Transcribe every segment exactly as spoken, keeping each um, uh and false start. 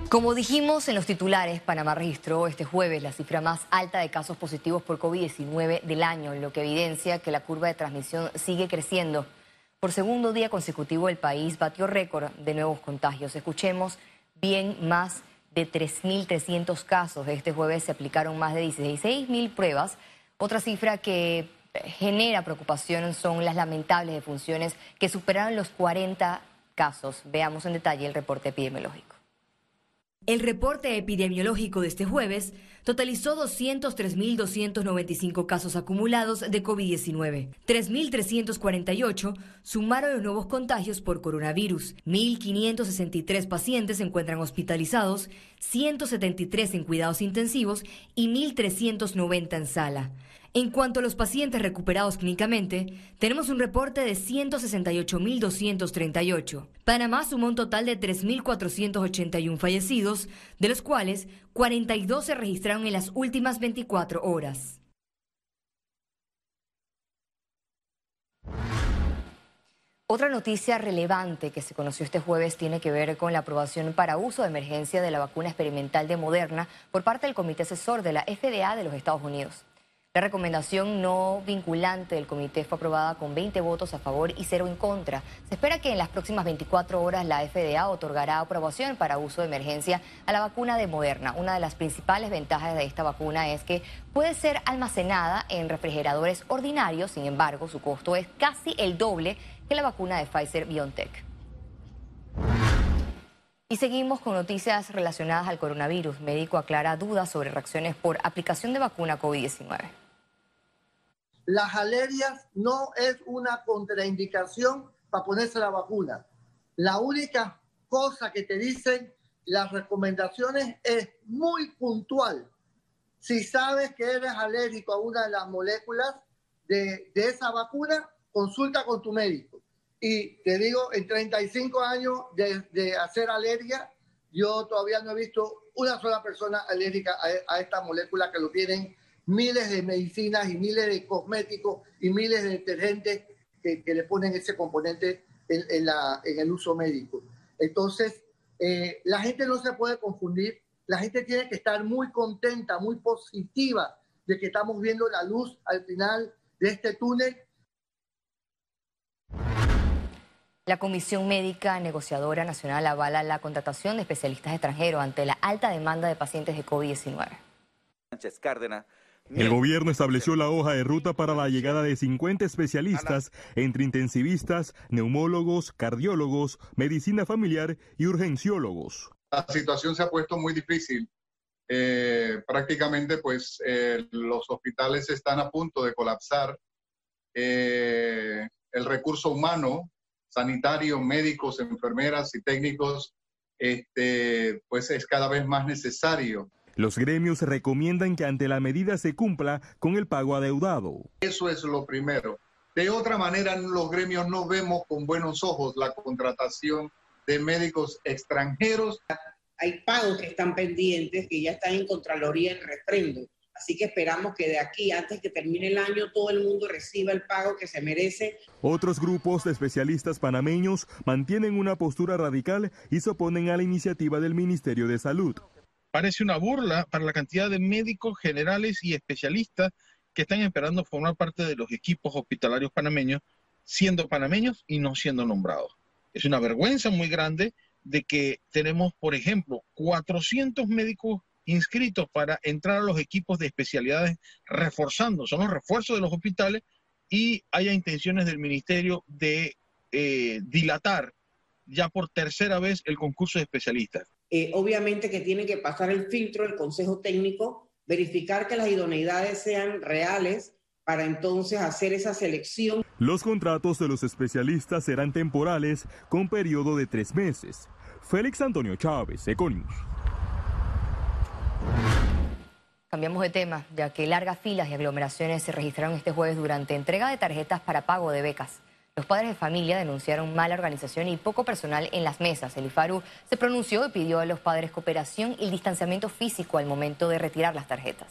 Como dijimos en los titulares, Panamá registró este jueves la cifra más alta de casos positivos por COVID diecinueve del año, lo que evidencia que la curva de transmisión sigue creciendo. Por segundo día consecutivo el país batió récord de nuevos contagios. Escuchemos bien, más de tres mil trescientos casos. Este jueves se aplicaron más de dieciséis mil pruebas. Otra cifra que genera preocupación son las lamentables defunciones que superaron los cuarenta casos. Veamos en detalle el reporte epidemiológico. El reporte epidemiológico de este jueves totalizó doscientos tres mil doscientos noventa y cinco casos acumulados de COVID diecinueve. tres mil trescientos cuarenta y ocho sumaron los nuevos contagios por coronavirus. mil quinientos sesenta y tres pacientes se encuentran hospitalizados, ciento setenta y tres en cuidados intensivos y mil trescientos noventa en sala. En cuanto a los pacientes recuperados clínicamente, tenemos un reporte de ciento sesenta y ocho mil doscientos treinta y ocho. Panamá sumó un total de tres mil cuatrocientos ochenta y uno fallecidos, de los cuales cuarenta y dos se registraron en las últimas veinticuatro horas. Otra noticia relevante que se conoció este jueves tiene que ver con la aprobación para uso de emergencia de la vacuna experimental de Moderna por parte del Comité Asesor de la F D A de los Estados Unidos. La recomendación no vinculante del comité fue aprobada con veinte votos a favor y cero en contra. Se espera que en las próximas veinticuatro horas la F D A otorgará aprobación para uso de emergencia a la vacuna de Moderna. Una de las principales ventajas de esta vacuna es que puede ser almacenada en refrigeradores ordinarios. Sin embargo, su costo es casi el doble que la vacuna de Pfizer-BioNTech. Y seguimos con noticias relacionadas al coronavirus. Médico aclara dudas sobre reacciones por aplicación de vacuna COVID diecinueve. Las alergias no es una contraindicación para ponerse la vacuna. La única cosa que te dicen las recomendaciones es muy puntual. Si sabes que eres alérgico a una de las moléculas de, de esa vacuna, consulta con tu médico. Y te digo, en treinta y cinco años de, de hacer alergia, yo todavía no he visto una sola persona alérgica a, a esta molécula, que lo tienen miles de medicinas y miles de cosméticos y miles de detergentes que, que le ponen ese componente en, en, la, en el uso médico. Entonces, eh, la gente no se puede confundir. La gente tiene que estar muy contenta, muy positiva de que estamos viendo la luz al final de este túnel. La Comisión Médica Negociadora Nacional avala la contratación de especialistas extranjeros ante la alta demanda de pacientes de COVID diecinueve. Sánchez Cárdenas. El gobierno estableció la hoja de ruta para la llegada de cincuenta especialistas entre intensivistas, neumólogos, cardiólogos, medicina familiar y urgenciólogos. La situación se ha puesto muy difícil. Eh, prácticamente pues eh, los hospitales están a punto de colapsar. Eh, el recurso humano, sanitario, médicos, enfermeras y técnicos, este, pues es cada vez más necesario. Los gremios recomiendan que ante la medida se cumpla con el pago adeudado. Eso es lo primero. De otra manera, los gremios no vemos con buenos ojos la contratación de médicos extranjeros. Hay pagos que están pendientes, que ya están en Contraloría en refrendo. Así que esperamos que de aquí, antes que termine el año, todo el mundo reciba el pago que se merece. Otros grupos de especialistas panameños mantienen una postura radical y se oponen a la iniciativa del Ministerio de Salud. Parece una burla para la cantidad de médicos generales y especialistas que están esperando formar parte de los equipos hospitalarios panameños, siendo panameños y no siendo nombrados. Es una vergüenza muy grande de que tenemos, por ejemplo, cuatrocientos médicos inscritos para entrar a los equipos de especialidades reforzando, son los refuerzos de los hospitales, y haya intenciones del ministerio de eh, dilatar ya por tercera vez el concurso de especialistas. Eh, obviamente que tiene que pasar el filtro del Consejo Técnico, verificar que las idoneidades sean reales para entonces hacer esa selección. Los contratos de los especialistas serán temporales con periodo de tres meses. Félix Antonio Chávez, Econius. Cambiamos de tema, ya que largas filas y aglomeraciones se registraron este jueves durante entrega de tarjetas para pago de becas. Los padres de familia denunciaron mala organización y poco personal en las mesas. El IFARU se pronunció y pidió a los padres cooperación y distanciamiento físico al momento de retirar las tarjetas.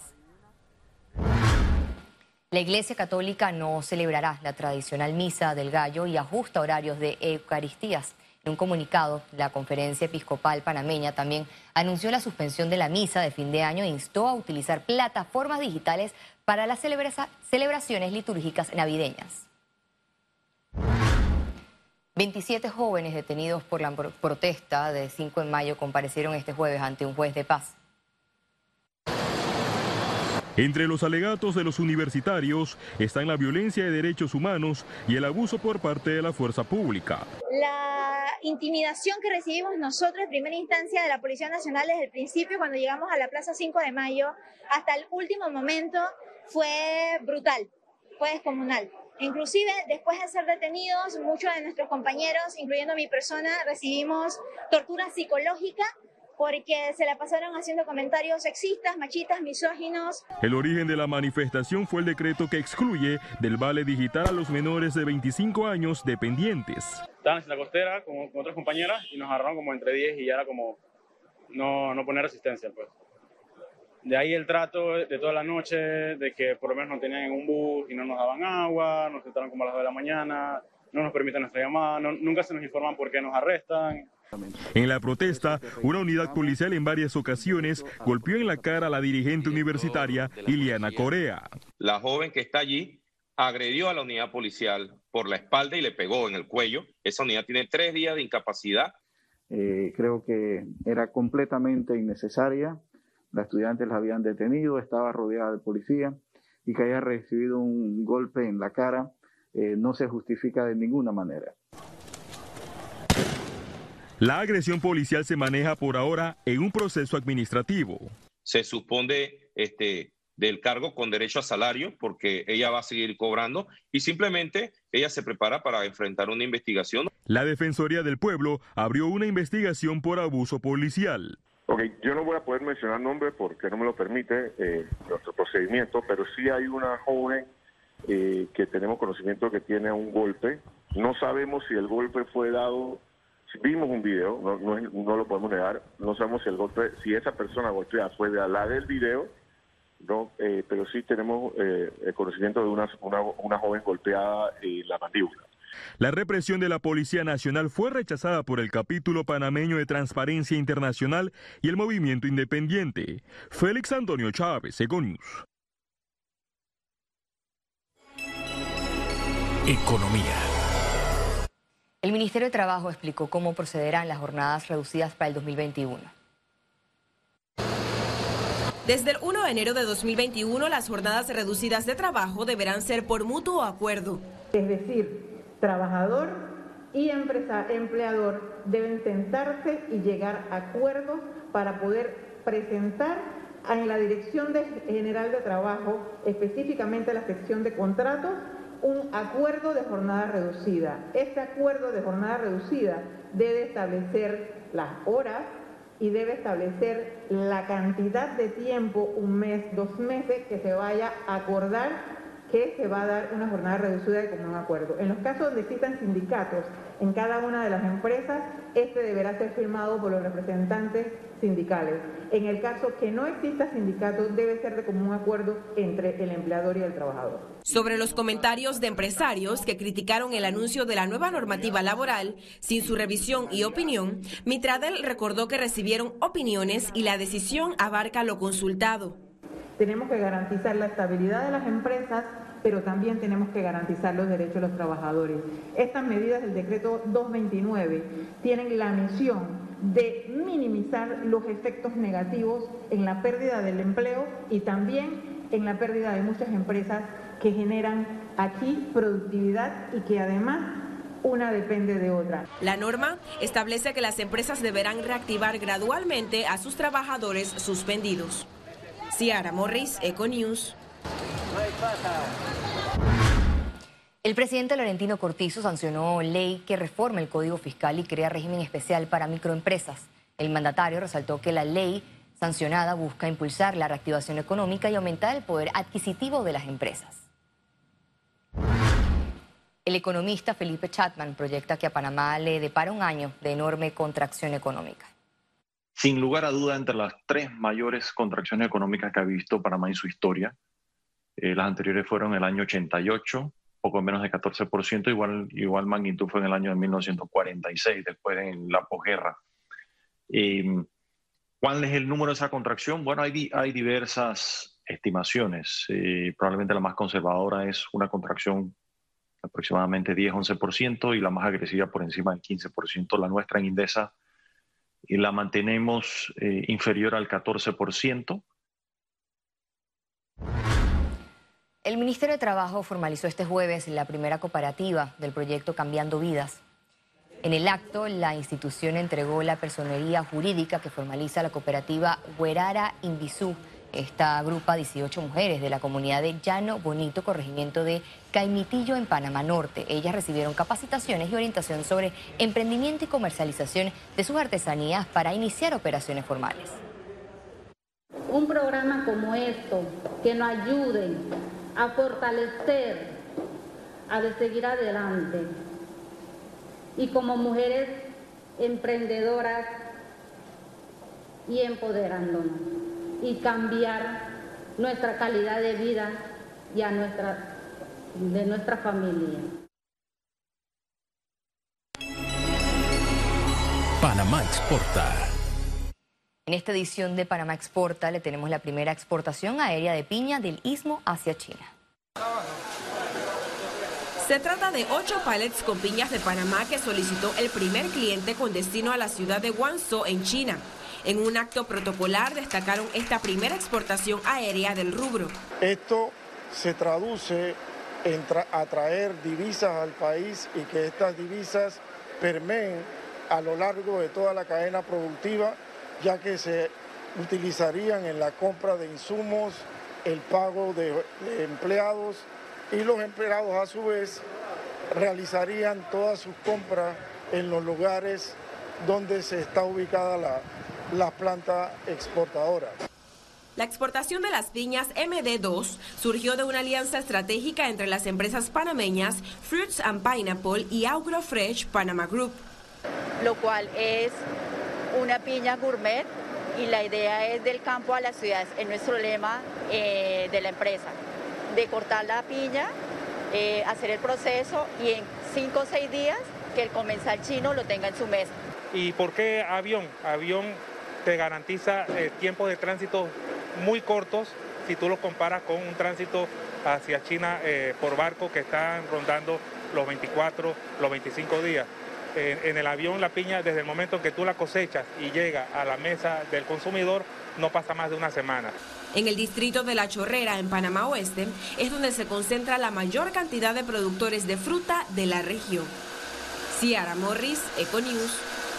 La Iglesia Católica no celebrará la tradicional Misa del Gallo y ajusta horarios de Eucaristías. En un comunicado, la Conferencia Episcopal Panameña también anunció la suspensión de la misa de fin de año e instó a utilizar plataformas digitales para las celebra- celebraciones litúrgicas navideñas. veintisiete jóvenes detenidos por la protesta de cinco de mayo comparecieron este jueves ante un juez de paz. Entre los alegatos de los universitarios están la violencia de derechos humanos y el abuso por parte de la fuerza pública. La intimidación que recibimos nosotros en primera instancia de la Policía Nacional desde el principio, cuando llegamos a la Plaza cinco de mayo, hasta el último momento, fue brutal, fue descomunal. Inclusive, después de ser detenidos, muchos de nuestros compañeros, incluyendo mi persona, recibimos tortura psicológica porque se la pasaron haciendo comentarios sexistas, machistas, misóginos. El origen de la manifestación fue el decreto que excluye del vale digital a los menores de veinticinco años dependientes. Estaban en la costera con, con otras compañeras y nos agarraron como entre diez y ya era como no, no poner resistencia, pues. De ahí el trato de toda la noche, de que por lo menos nos tenían en un bus y no nos daban agua, nos sentaron como a las dos de la mañana, no nos permiten nuestra llamada, no, nunca se nos informan por qué nos arrestan. En la protesta, una unidad policial en varias ocasiones golpeó en la cara a la dirigente universitaria Iliana Corea. La joven que está allí agredió a la unidad policial por la espalda y le pegó en el cuello. Esa unidad tiene tres días de incapacidad. Eh, creo que era completamente innecesaria. Las estudiantes la habían detenido, estaba rodeada de policía y que haya recibido un golpe en la cara eh, no se justifica de ninguna manera. La agresión policial se maneja por ahora en un proceso administrativo. Se suspende este, del cargo con derecho a salario porque ella va a seguir cobrando y simplemente ella se prepara para enfrentar una investigación. La Defensoría del Pueblo abrió una investigación por abuso policial. Ok, yo no voy a poder mencionar nombres porque no me lo permite eh, nuestro procedimiento, pero sí hay una joven eh, que tenemos conocimiento que tiene un golpe. No sabemos si el golpe fue dado, si vimos un video, no, no, no lo podemos negar, no sabemos si el golpe, si esa persona golpeada fue de la del video, no, eh, pero sí tenemos eh, el conocimiento de una, una, una joven golpeada en la mandíbula. La represión de la Policía Nacional fue rechazada por el capítulo panameño de Transparencia Internacional y el Movimiento Independiente. Félix Antonio Chávez, Econius. Economía. El Ministerio de Trabajo explicó cómo procederán las jornadas reducidas para el dos mil veintiuno. Desde el primero de enero de dos mil veintiuno, las jornadas reducidas de trabajo deberán ser por mutuo acuerdo. Es decir, trabajador y empresa, empleador deben sentarse y llegar a acuerdos para poder presentar en la Dirección de General de Trabajo, específicamente la sección de contratos, un acuerdo de jornada reducida. Este acuerdo de jornada reducida debe establecer las horas y debe establecer la cantidad de tiempo, un mes, dos meses, que se vaya a acordar que se va a dar una jornada reducida de común acuerdo. En los casos donde existan sindicatos en cada una de las empresas, este deberá ser firmado por los representantes sindicales. En el caso que no exista sindicato, debe ser de común acuerdo entre el empleador y el trabajador. Sobre los comentarios de empresarios que criticaron el anuncio de la nueva normativa laboral sin su revisión y opinión, Mitradel recordó que recibieron opiniones y la decisión abarca lo consultado. Tenemos que garantizar la estabilidad de las empresas, pero también tenemos que garantizar los derechos de los trabajadores. Estas medidas del decreto doscientos veintinueve tienen la misión de minimizar los efectos negativos en la pérdida del empleo y también en la pérdida de muchas empresas que generan aquí productividad y que además una depende de otra. La norma establece que las empresas deberán reactivar gradualmente a sus trabajadores suspendidos. Ciara Morris, Econews. El presidente Laurentino Cortizo sancionó ley que reforma el Código Fiscal y crea régimen especial para microempresas. El mandatario resaltó que la ley sancionada busca impulsar la reactivación económica y aumentar el poder adquisitivo de las empresas. El economista Felipe Chapman proyecta que a Panamá le depara un año de enorme contracción económica. Sin lugar a duda, entre las tres mayores contracciones económicas que ha visto Panamá en su historia, eh, las anteriores fueron el año ochenta y ocho, poco menos de catorce por ciento, igual, igual magnitud fue en el año de mil novecientos cuarenta y seis, después en la posguerra. Eh, ¿Cuál es el número de esa contracción? Bueno, hay, hay diversas estimaciones. Eh, probablemente la más conservadora es una contracción aproximadamente diez a once por ciento y la más agresiva por encima del quince por ciento. La nuestra en Indesa y la mantenemos eh, inferior al catorce por ciento. El Ministerio de Trabajo formalizó este jueves la primera cooperativa del proyecto Cambiando Vidas. En el acto, la institución entregó la personería jurídica que formaliza la cooperativa Huerara Invisú. Esta agrupa dieciocho mujeres de la comunidad de Llano Bonito, corregimiento de Caimitillo, en Panamá Norte. Ellas recibieron capacitaciones y orientación sobre emprendimiento y comercialización de sus artesanías para iniciar operaciones formales. Un programa como esto, que nos ayude a fortalecer, a de seguir adelante. Y como mujeres emprendedoras y empoderándonos y cambiar nuestra calidad de vida y a nuestra, de nuestra familia. Panamá Exporta. En esta edición de Panamá Exporta le tenemos la primera exportación aérea de piña del Istmo hacia China. Se trata de ocho pallets con piñas de Panamá que solicitó el primer cliente con destino a la ciudad de Guangzhou, en China. En un acto protocolar destacaron esta primera exportación aérea del rubro. Esto se traduce en tra- atraer divisas al país y que estas divisas permeen a lo largo de toda la cadena productiva, ya que se utilizarían en la compra de insumos, el pago de, de empleados, y los empleados a su vez realizarían todas sus compras en los lugares donde se está ubicada la, la planta exportadora. La exportación de las piñas eme de dos surgió de una alianza estratégica entre las empresas panameñas Fruits and Pineapple y Agrofresh Panama Group. Lo cual es una piña gourmet y la idea es del campo a la ciudad, es nuestro lema eh, de la empresa, de cortar la piña, eh, hacer el proceso y en cinco o seis días que el comensal chino lo tenga en su mesa. ¿Y por qué avión? Avión te garantiza eh, tiempos de tránsito muy cortos si tú lo comparas con un tránsito hacia China eh, por barco que están rondando los veinticuatro, los veinticinco días. Eh, en el avión la piña, desde el momento que tú la cosechas y llega a la mesa del consumidor, no pasa más de una semana. En el distrito de La Chorrera, en Panamá Oeste, es donde se concentra la mayor cantidad de productores de fruta de la región. Ciara Morris, Econews.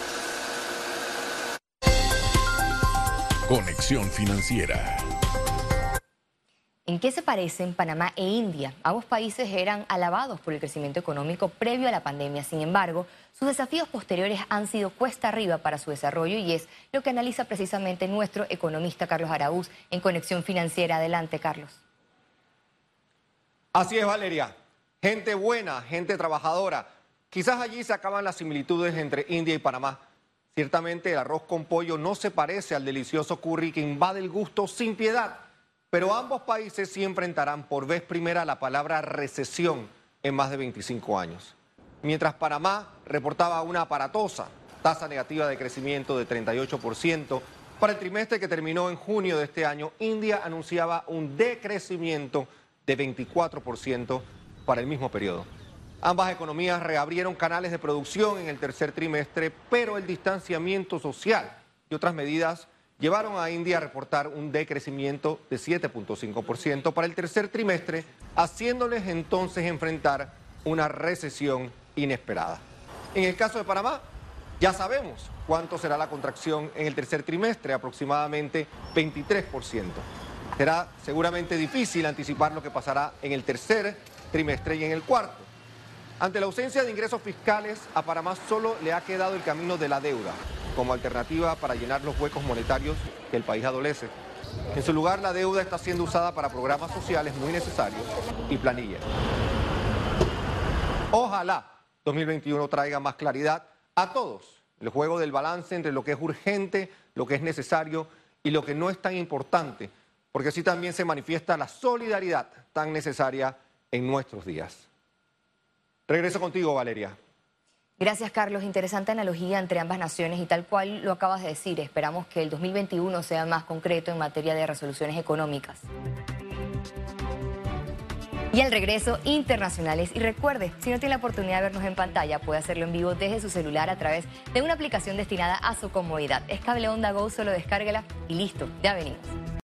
Conexión Financiera. ¿En qué se parecen Panamá e India? Ambos países eran alabados por el crecimiento económico previo a la pandemia. Sin embargo, sus desafíos posteriores han sido cuesta arriba para su desarrollo y es lo que analiza precisamente nuestro economista Carlos Araúz en Conexión Financiera. Adelante, Carlos. Así es, Valeria. Gente buena, gente trabajadora. Quizás allí se acaban las similitudes entre India y Panamá. Ciertamente el arroz con pollo no se parece al delicioso curry que invade el gusto sin piedad. Pero ambos países sí enfrentarán por vez primera la palabra recesión en más de veinticinco años. Mientras Panamá reportaba una aparatosa tasa negativa de crecimiento de treinta y ocho por ciento, para el trimestre que terminó en junio de este año, India anunciaba un decrecimiento de veinticuatro por ciento para el mismo periodo. Ambas economías reabrieron canales de producción en el tercer trimestre, pero el distanciamiento social y otras medidas llevaron a India a reportar un decrecimiento de siete punto cinco por ciento para el tercer trimestre, haciéndoles entonces enfrentar una recesión inesperada. En el caso de Panamá, ya sabemos cuánto será la contracción en el tercer trimestre, aproximadamente veintitrés por ciento. Será seguramente difícil anticipar lo que pasará en el tercer trimestre y en el cuarto. Ante la ausencia de ingresos fiscales, a Panamá solo le ha quedado el camino de la deuda como alternativa para llenar los huecos monetarios que el país adolece. En su lugar, la deuda está siendo usada para programas sociales muy necesarios y planillas. Ojalá dos mil veintiuno traiga más claridad a todos. El juego del balance entre lo que es urgente, lo que es necesario y lo que no es tan importante, porque así también se manifiesta la solidaridad tan necesaria en nuestros días. Regreso contigo, Valeria. Gracias, Carlos. Interesante analogía entre ambas naciones y tal cual lo acabas de decir. Esperamos que el dos mil veintiuno sea más concreto en materia de resoluciones económicas. Y al regreso, internacionales. Y recuerde, si no tiene la oportunidad de vernos en pantalla, puede hacerlo en vivo desde su celular a través de una aplicación destinada a su comodidad. Es Cable Onda Go, solo descárguela y listo, ya venimos.